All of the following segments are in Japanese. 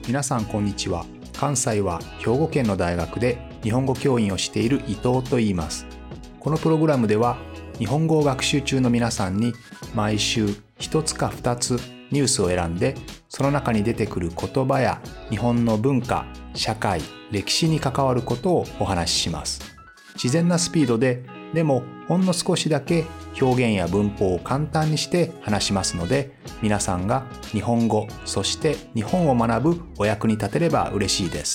皆さんこんにちは。関西は兵庫県の大学で日本語教員をしている伊藤と言います。このプログラムでは日本語を学習中の皆さんに毎週1つか2つニュースを選んで、その中に出てくる言葉や日本の文化、社会、歴史に関わることをお話しします。自然なスピードで、でもほんの少しだけ表現や文法を簡単にして話しますので、皆さんが日本語、そして日本を学ぶお役に立てれば嬉しいです。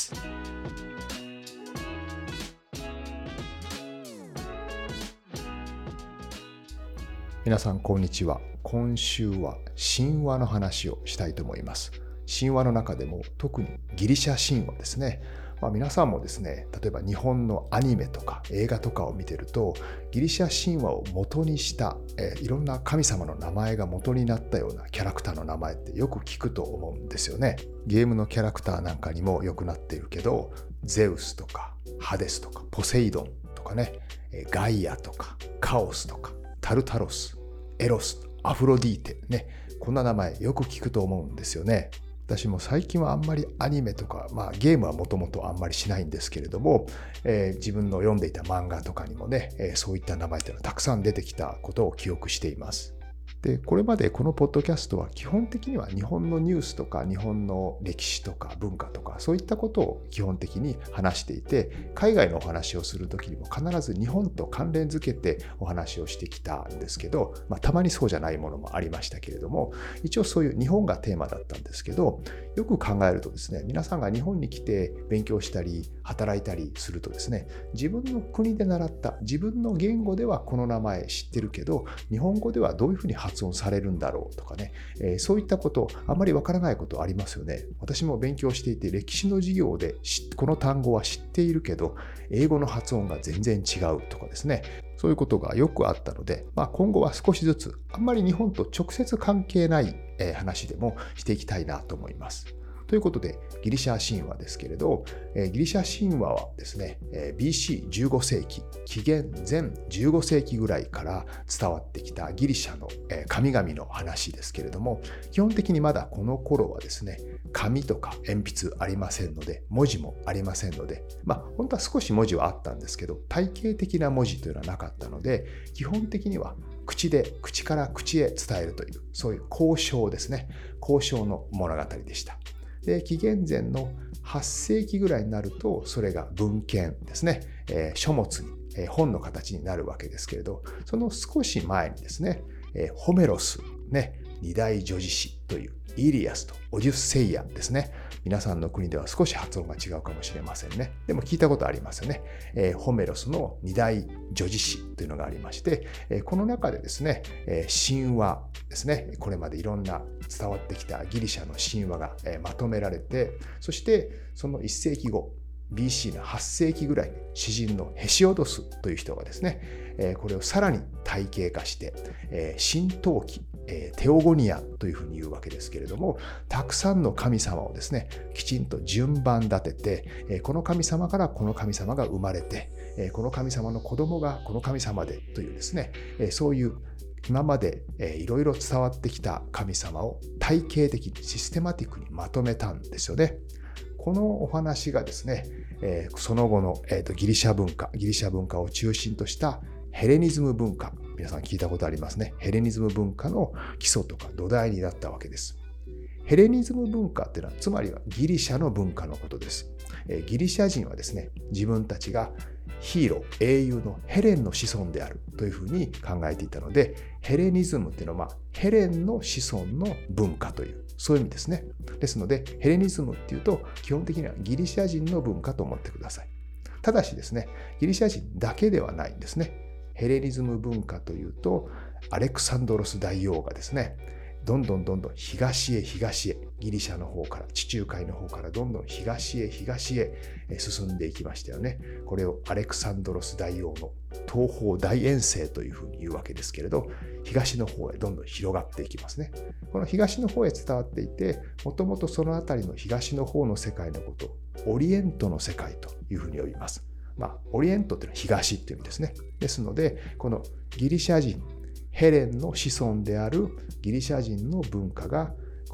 皆さんこんにちは。今週は神話の話をしたいと思います。神話の中でも特にギリシャ神話ですね。皆さんもですね、例えば日本のアニメとか映画とかを見てると、ギリシャ神話を元にしたいろんな神様の名前が元になったようなキャラクターの名前ってよく聞くと思うんですよね。ゲームのキャラクターなんかにもよくなっているけど、ゼウスとかハデスとかポセイドンとかね、ガイアとかカオスとかタルタロス、エロス、アフロディーテね、こんな名前よく聞くと思うんですよね。私も最近はあんまりアニメとか、ゲームはもともとあんまりしないんですけれども、自分の読んでいた漫画とかにもね、そういった名前というのはたくさん出てきたことを記憶しています。で、これまでこのポッドキャストは基本的には日本のニュースとか日本の歴史とか文化とかそういったことを基本的に話していて、海外のお話をするときにも必ず日本と関連づけてお話をしてきたんですけど、たまにそうじゃないものもありましたけれども、一応そういう日本がテーマだったんですけど、よく考えるとですね、皆さんが日本に来て勉強したり働いたりするとですね、自分の国で習った自分の言語ではこの名前知ってるけど、日本語ではどういうふうに発音されるんだろうとかね、そういったことあまりわからないことありますよね。私も勉強していて歴史の授業でこの単語は知っているけど英語の発音が全然違うとかですね、そういうことがよくあったので、今後は少しずつあんまり日本と直接関係ない話でもしていきたいなと思います。ということで、ギリシャ神話ですけれど、ギリシャ神話はですね、BC15 世紀、紀元前15世紀ぐらいから伝わってきたギリシャの神々の話ですけれども、基本的にまだこの頃はですね、紙とか鉛筆ありませんので、文字もありませんので、本当は少し文字はあったんですけど、体系的な文字というのはなかったので、基本的には口から口へ伝えるという、そういう交渉ですね、交渉の物語でした。で、紀元前の8世紀ぐらいになると、それが文献ですね、書物に、本の形になるわけですけれど、その少し前にですね、ホメロス、ね、二大叙事詩というイリアスとオデュッセイアですね。皆さんの国では少し発音が違うかもしれませんね。でも聞いたことありますよね。ホメロスの二大叙事詩というのがありまして、この中でですね、神話ですね、これまでいろんな伝わってきたギリシャの神話がまとめられて、そしてその1世紀後、BC の8世紀ぐらいに詩人のヘシオドスという人がですね、これをさらに体系化して、神道記、テオゴニアというふうに言うわけですけれども、たくさんの神様をですね、きちんと順番立てて、この神様からこの神様が生まれて、この神様の子供がこの神様でというですね、そういう今までいろいろ伝わってきた神様を体系的にシステマティックにまとめたんですよね。このお話がですね、その後のギリシャ文化を中心としたヘレニズム文化、皆さん聞いたことありますね。ヘレニズム文化の基礎とか土台になったわけです。ヘレニズム文化っていうのは、つまりはギリシャの文化のことです。ギリシャ人はですね、自分たちがヒーロー、英雄のヘレンの子孫であるというふうに考えていたので、ヘレニズムっていうのは、ヘレンの子孫の文化という、そういう意味ですね。ですので、ヘレニズムっていうと、基本的にはギリシャ人の文化と思ってください。ただしですね、ギリシャ人だけではないんですね。ヘレニズム文化というと、アレクサンドロス大王がですね、どんどん東へギリシャの方から、地中海の方からどんどん東へ進んでいきましたよね。これをアレクサンドロス大王の東方大遠征というふうに言うわけですけれど、東の方へどんどん広がっていきますね。この東の方へ伝わっていて、もともとその辺りの東の方の世界のことをオリエントの世界というふうに呼びます。オリエントというのは東っていう意味ですね。ですので、このギリシャ人、ヘレンの子孫であるギリシャ人の文化が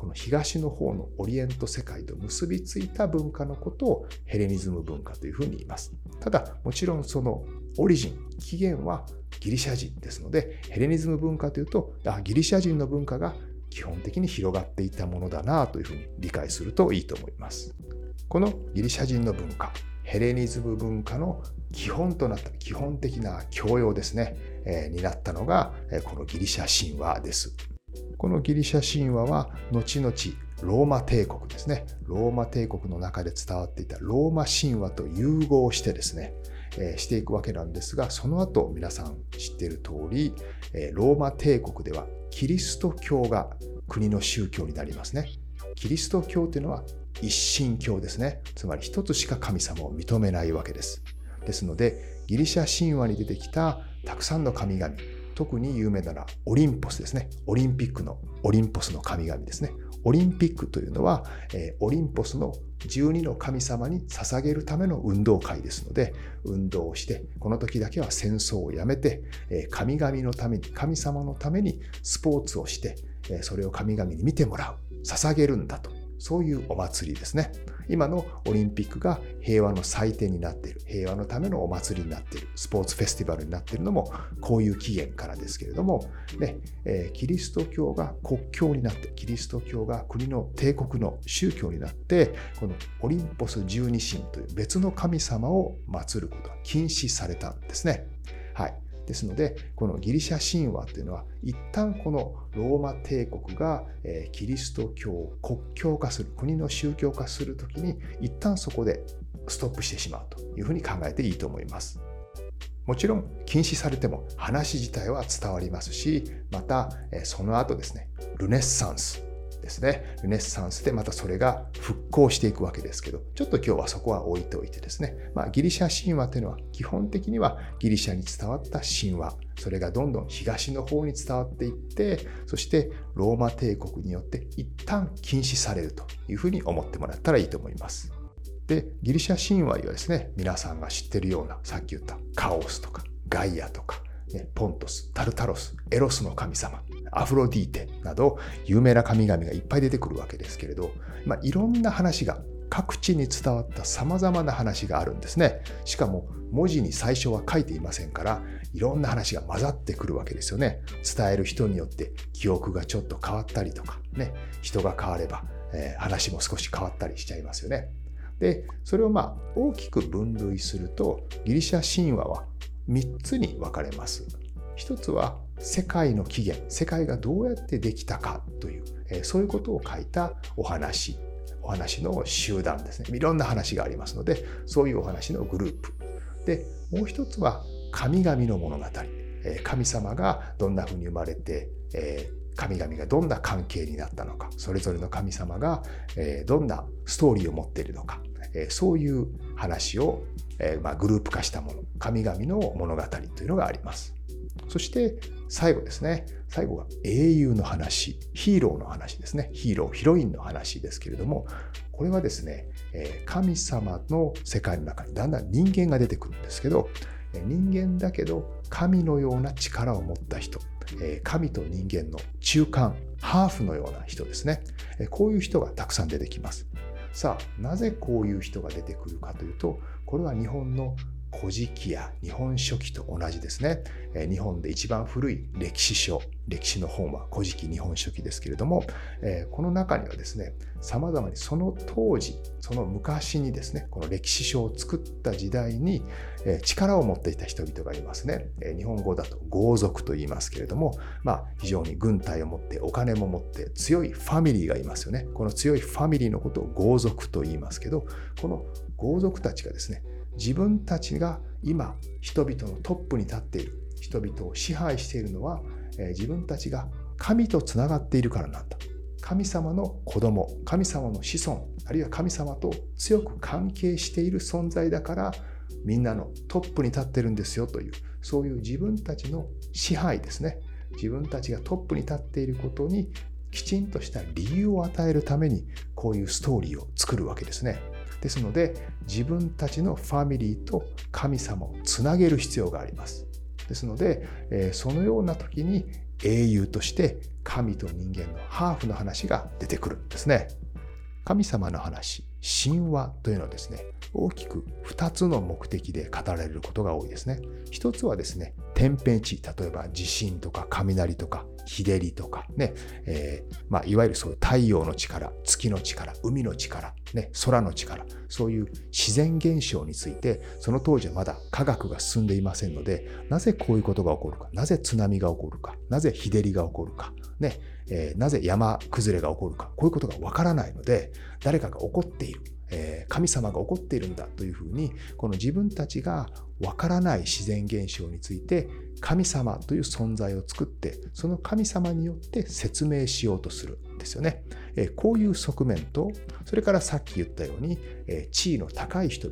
この東の方のオリエント世界と結びついた文化のことをヘレニズム文化というふうに言います。ただもちろんそのオリジン、起源はギリシャ人ですので、ヘレニズム文化というとギリシャ人の文化が基本的に広がっていたものだなというふうに理解するといいと思います。このギリシャ人の文化、ヘレニズム文化の基本となった基本的な教養ですね、になったのがこのギリシャ神話です。このギリシャ神話は後々ローマ帝国ですね、ローマ帝国の中で伝わっていたローマ神話と融合してですね、していくわけなんですが、その後皆さん知っている通り、ローマ帝国ではキリスト教が国の宗教になりますね。キリスト教というのは一神教ですね。つまり一つしか神様を認めないわけです。ですので、ギリシャ神話に出てきたたくさんの神々、特に有名なのはオリンポスですね。オリンピックのオリンポスの神々ですね。オリンピックというのは、オリンポスの12の神様に捧げるための運動会ですので、運動をして、この時だけは戦争をやめて、神々のために、神様のためにスポーツをして、それを神々に見てもらう、捧げるんだと。そういうお祭りですね。今のオリンピックが平和の祭典になっている、平和のためのお祭りになっている、スポーツフェスティバルになっているのもこういう起源からですけれども、キリスト教が国教になって、キリスト教が国の帝国の宗教になって、このオリンポス十二神という別の神様を祀ることが禁止されたんですね。はい。ですので、このギリシャ神話というのは、一旦このローマ帝国がキリスト教を国教化する、国の宗教化するときに、一旦そこでストップしてしまうというふうに考えていいと思います。もちろん禁止されても話自体は伝わりますし、またその後ですね、ルネッサンスですね。ルネッサンスでまたそれが復興していくわけですけど、ちょっと今日はそこは置いておいてですね、ギリシャ神話というのは基本的にはギリシャに伝わった神話、それがどんどん東の方に伝わっていって、そしてローマ帝国によって一旦禁止されるというふうに思ってもらったらいいと思います。で、ギリシャ神話にはですね、皆さんが知っているような、さっき言ったカオスとかガイアとか、ポントス、タルタロス、エロスの神様、アフロディーテなど有名な神々がいっぱい出てくるわけですけれど、いろんな話が各地に伝わった様々な話があるんですね。しかも文字に最初は書いていませんから、いろんな話が混ざってくるわけですよね。伝える人によって記憶がちょっと変わったりとかね、人が変われば、話も少し変わったりしちゃいますよね。で、それを大きく分類すると、ギリシャ神話は3つに分かれます。一つは世界の起源、世界がどうやってできたかという、そういうことを書いたお話の集団ですね。いろんな話がありますので、そういうお話のグループ。で、もう一つは神々の物語。神様がどんなふうに生まれて、神々がどんな関係になったのか、それぞれの神様がどんなストーリーを持っているのか、そういう話をグループ化したもの、神々の物語というのがあります。そして最後ですね。最後が英雄の話、ヒーローの話ですね。ヒーロー、ヒロインの話ですけれども、これはですね、神様の世界の中にだんだん人間が出てくるんですけど、人間だけど神のような力を持った人、神と人間の中間、ハーフのような人ですね。こういう人がたくさん出てきます。さあ、なぜこういう人が出てくるかというと、これは日本の古事記や日本書紀と同じですね。日本で一番古い歴史書、歴史の本は古事記日本書紀ですけれども、この中にはですね、様々にその当時、その昔にですね、この歴史書を作った時代に力を持っていた人々がいますね。日本語だと豪族と言いますけれども、非常に軍隊を持ってお金も持って強いファミリーがいますよね。この強いファミリーのことを豪族と言いますけど、この豪族たちがですね、自分たちが今人々のトップに立っている、人々を支配しているのは、自分たちが神とつながっているからなんだ。神様の子供、神様の子孫、あるいは神様と強く関係している存在だから、みんなのトップに立ってるんですよという、そういう自分たちの支配ですね。自分たちがトップに立っていることにきちんとした理由を与えるために、こういうストーリーを作るわけですね。ですので、自分たちのファミリーと神様をつなげる必要があります。ですので、そのような時に英雄として神と人間のハーフの話が出てくるんですね。神様の話、神話というのはですね、大きく2つの目的で語られることが多いですね。一つはですね、天変地異、例えば地震とか雷とか日照りとかね、いわゆるそういう太陽の力、月の力、海の力、ね、空の力、そういう自然現象について、その当時はまだ科学が進んでいませんので、なぜこういうことが起こるか、なぜ津波が起こるか、なぜ日照りが起こるか、ね、なぜ山崩れが起こるか、こういうことがわからないので、誰かが起こっている、神様が起こっているんだというふうに、この自分たちがわからない自然現象について神様という存在を作って、その神様によって説明しようとするんですよね。こういう側面と、それからさっき言ったように、地位の高い人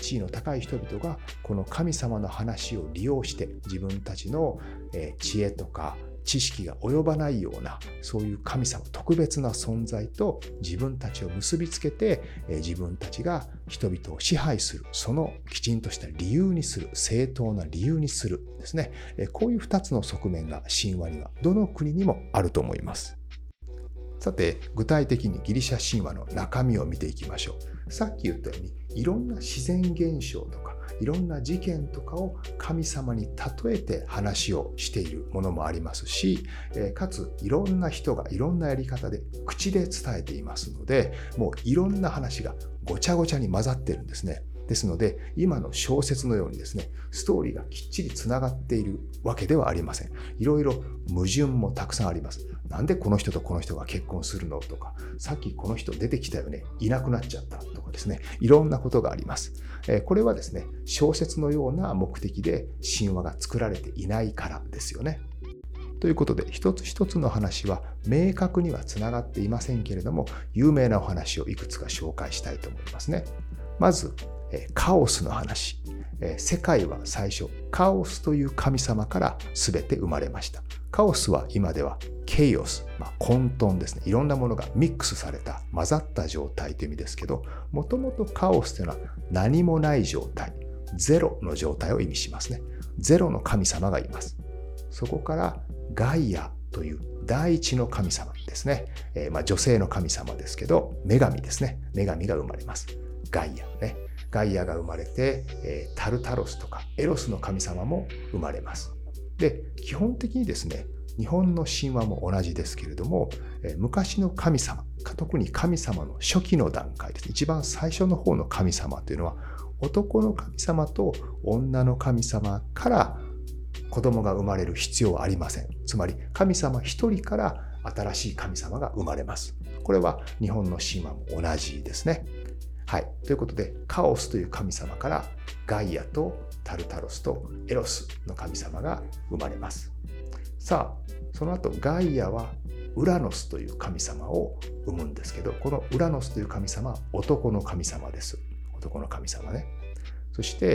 々がこの神様の話を利用して自分たちの知恵とか知識が及ばないような、そういう神様、特別な存在と自分たちを結びつけて、自分たちが人々を支配する、そのきちんとした理由にする、正当な理由にするですね。こういう2つの側面が神話にはどの国にもあると思います。さて、具体的にギリシャ神話の中身を見ていきましょう。さっき言ったように、いろんな自然現象とか、いろんな事件とかを神様に例えて話をしているものもありますし、かついろんな人がいろんなやり方で口で伝えていますので、もういろんな話がごちゃごちゃに混ざってるんですね。ですので、今の小説のようにですね、ストーリーがきっちりつながっているわけではありません。いろいろ矛盾もたくさんあります。なんでこの人とこの人が結婚するのとか、さっきこの人出てきたよね、いなくなっちゃったとかですね、いろんなことがあります。これはですね、小説のような目的で神話が作られていないからですよね。ということで、一つ一つの話は明確にはつながっていませんけれども、有名なお話をいくつか紹介したいと思いますね。まず、カオスの話。世界は最初、カオスという神様から全て生まれました。カオスは今ではケイオス、混沌ですね。いろんなものがミックスされた、混ざった状態という意味ですけど、もともとカオスというのは何もない状態、ゼロの状態を意味しますね。ゼロの神様がいます。そこからガイアという第一の神様ですね。女性の神様ですけど、女神ですね。女神が生まれます。ガイアね。ガイアが生まれて、タルタロスとかエロスの神様も生まれます。で、基本的にですね、日本の神話も同じですけれども、昔の神様、特に神様の初期の段階です。一番最初の方の神様というのは、男の神様と女の神様から子供が生まれる必要はありません。つまり、神様一人から新しい神様が生まれます。これは日本の神話も同じですね。はい。ということで、カオスという神様からガイアとタルタロスとエロスの神様が生まれます。さあ、その後ガイアはウラノスという神様を生むんですけど、このウラノスという神様は男の神様です。男の神様ね。そして、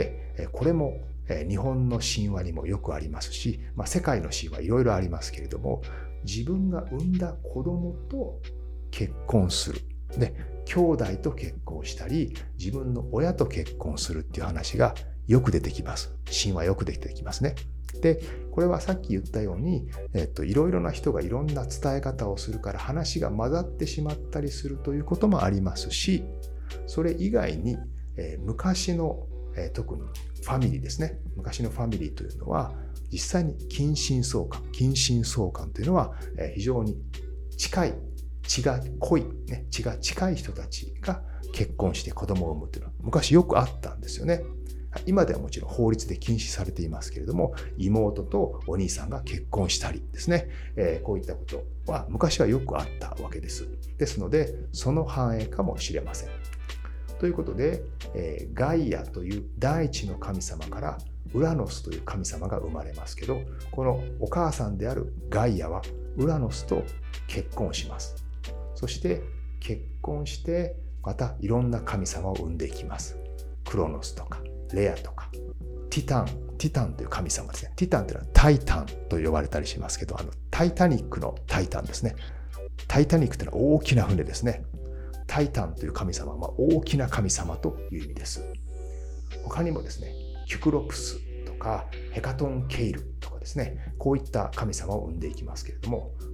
これも日本の神話にもよくありますし、世界の神話いろいろありますけれども、自分が産んだ子供と結婚する。で、兄弟と結婚したり、自分の親と結婚するっていう話がよく出てきます。神話よく出てきますね。で、これはさっき言ったように、いろいろな人がいろんな伝え方をするから話が混ざってしまったりするということもありますし、それ以外に、昔の、特にファミリーですね。昔のファミリーというのは、実際に近親相関というのは、非常に近い、血が濃い、血が近い人たちが結婚して子供を産むというのは昔よくあったんですよね。今ではもちろん法律で禁止されていますけれども、妹とお兄さんが結婚したりですね、こういったことは昔はよくあったわけです。ですので、その反映かもしれません。ということで、ガイアという第一の神様からウラノスという神様が生まれますけど、このお母さんであるガイアはウラノスと結婚します。そして結婚してまたいろんな神様を生んでいきます。クロノスとかレアとかティタンという神様ですね。ティタンというのはタイタンと呼ばれたりしますけど、タイタニックのタイタンですね。タイタニックというのは大きな船ですね。タイタンという神様は大きな神様という意味です。他にもですね、キュクロプスとかヘカトンケイルとかですね、こういった神様を生んでいきますけれども、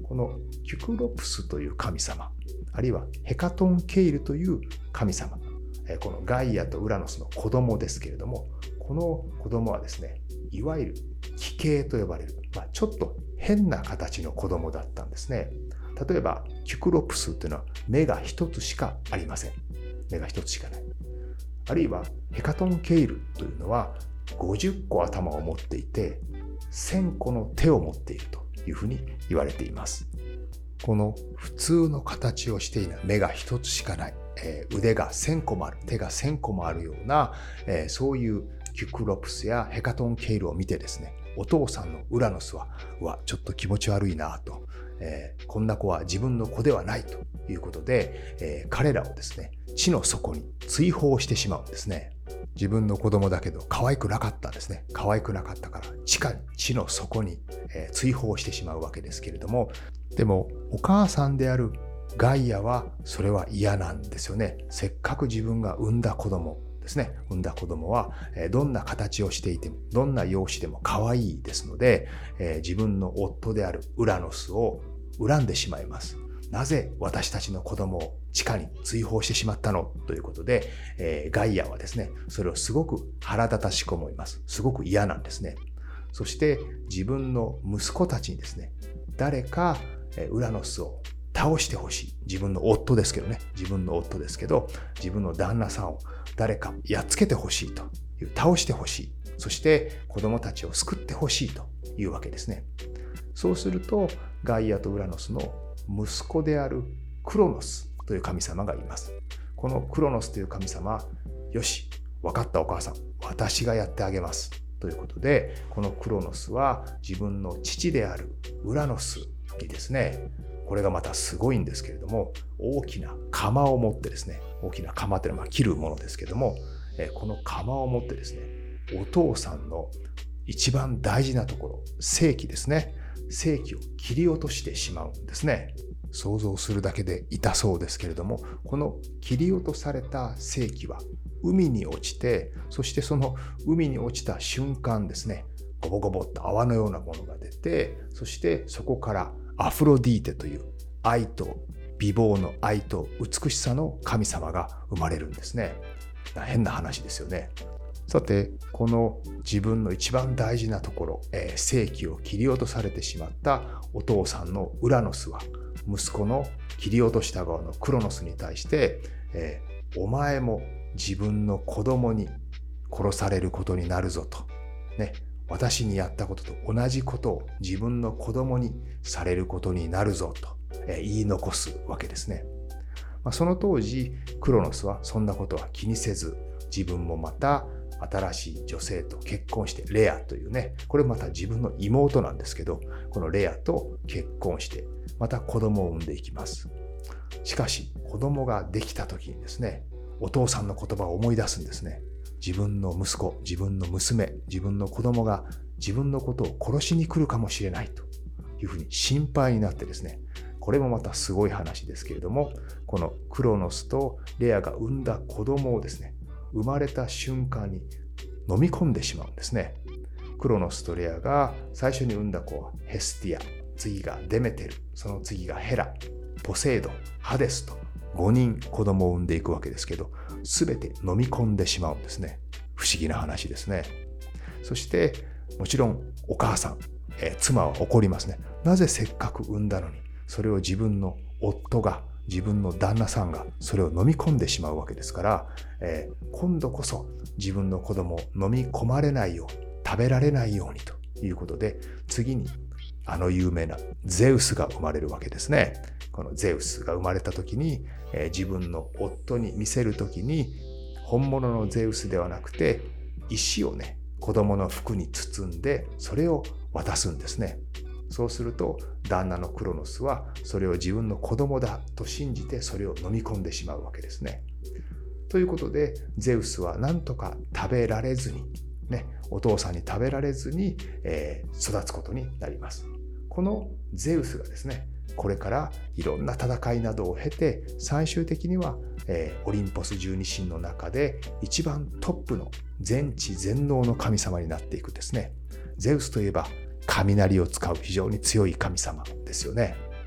このキュクロプスという神様、あるいはヘカトンケイルという神様、このガイアとウラノスの子供ですけれども、この子供はですね、いわゆる奇形と呼ばれる、ちょっと変な形の子供だったんですね。例えばキュクロプスというのは目が一つしかありません。目が一つしかない。あるいはヘカトンケイルというのは50個頭を持っていて1000個の手を持っているというふうに言われています。この普通の形をしていない、目が一つしかない、腕が1000個もある、手が1000個もあるような、そういうキュクロプスやヘカトンケイルを見てですね、お父さんのウラノスはちょっと気持ち悪いなと、こんな子は自分の子ではないということで、彼らをですね、地の底に追放してしまうんですね。自分の子供だけど可愛くなかったんですね。可愛くなかったから地の底に追放してしまうわけですけれども、でもお母さんであるガイアはそれは嫌なんですよね。せっかく自分が産んだ子供ですね。産んだ子供はどんな形をしていても、どんな容姿でも可愛いですので、自分の夫であるウラノスを恨んでしまいます。なぜ私たちの子供を地下に追放してしまったのということで、ガイアはですね、それをすごく腹立たしく思います。すごく嫌なんですね。そして自分の息子たちにですね、誰かウラノスを倒してほしい。自分の夫ですけど、自分の旦那さんを誰かやっつけてほしいという、倒してほしい。そして子供たちを救ってほしいというわけですね。そうするとガイアとウラノスの息子であるクロノスという神様がいます。このクロノスという神様、よし、分かったお母さん、私がやってあげますということで、このクロノスは自分の父であるウラノスにですね、これがまたすごいんですけれども、大きな鎌を持ってですね、大きな鎌というのは切るものですけれども、この鎌を持ってですね、お父さんの一番大事なところ、性器ですね、性器を切り落としてしまうんですね。想像するだけで痛そうですけれども、この切り落とされた性器は海に落ちて、そしてその海に落ちた瞬間ですね、ゴボゴボっと泡のようなものが出て、そしてそこからアフロディーテという愛と美貌の愛と美しさの神様が生まれるんですね。変な話ですよね。さて、この自分の一番大事なところ、性器を切り落とされてしまったお父さんのウラノスは、息子の切り落とした側のクロノスに対して、お前も自分の子供に殺されることになるぞと、私にやったことと同じことを自分の子供にされることになるぞと、言い残すわけですね。その当時クロノスはそんなことは気にせず、自分もまた新しい女性と結婚して、レアというこれまた自分の妹なんですけど、このレアと結婚してまた子供を産んでいきます。しかし子供ができた時にですね、お父さんの言葉を思い出すんですね。自分の息子、自分の娘、自分の子供が自分のことを殺しに来るかもしれないというふうに心配になってですね、これもまたすごい話ですけれども、このクロノスとレアが産んだ子供をですね、生まれた瞬間に飲み込んでしまうんですね。クロノスとレアが最初に産んだ子はヘスティア、次がデメテル、その次がヘラ、ポセイドン、ハデスと5人子供を産んでいくわけですけど、全て飲み込んでしまうんですね。不思議な話ですね。そしてもちろんお母さん、妻は怒りますね。なぜせっかく産んだのに、それを自分の夫が、自分の旦那さんがそれを飲み込んでしまうわけですから、今度こそ自分の子供を飲み込まれないように、食べられないようにということで、次にあの有名なゼウスが生まれるわけですね。このゼウスが生まれた時に、自分の夫に見せる時に、本物のゼウスではなくて石を子供の服に包んでそれを渡すんですね。そうすると旦那のクロノスはそれを自分の子供だと信じてそれを飲み込んでしまうわけですね。ということでゼウスは何とか食べられずに、お父さんに食べられずに、育つことになります。このゼウスがですね、これからいろんな戦いなどを経て最終的には、オリンポス十二神の中で一番トップの全知全能の神様になっていくんですね。ゼウスといえば雷を使う非常に強い神様ですよね。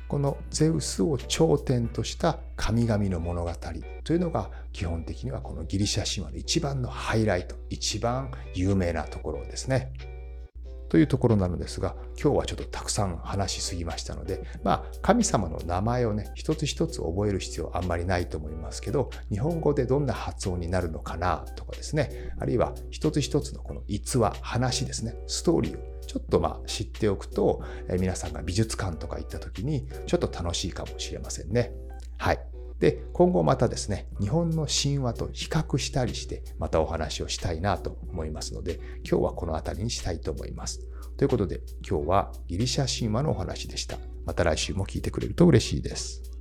このゼウスを頂点とした神々の物語というのが基本的にはこのギリシャ神話の一番のハイライト、一番有名なところですね。というところなのですが、今日はちょっとたくさん話しすぎましたので、神様の名前をね、一つ一つ覚える必要あんまりないと思いますけど、日本語でどんな発音になるのかなとかですね、あるいは一つ一つのこの逸話、話ですね、ストーリーをちょっと知っておくと、皆さんが美術館とか行った時にちょっと楽しいかもしれませんね。はい。で、今後またですね、日本の神話と比較したりして、またお話をしたいなと思いますので、今日はこの辺りにしたいと思います。ということで、今日はギリシャ神話のお話でした。また来週も聞いてくれると嬉しいです。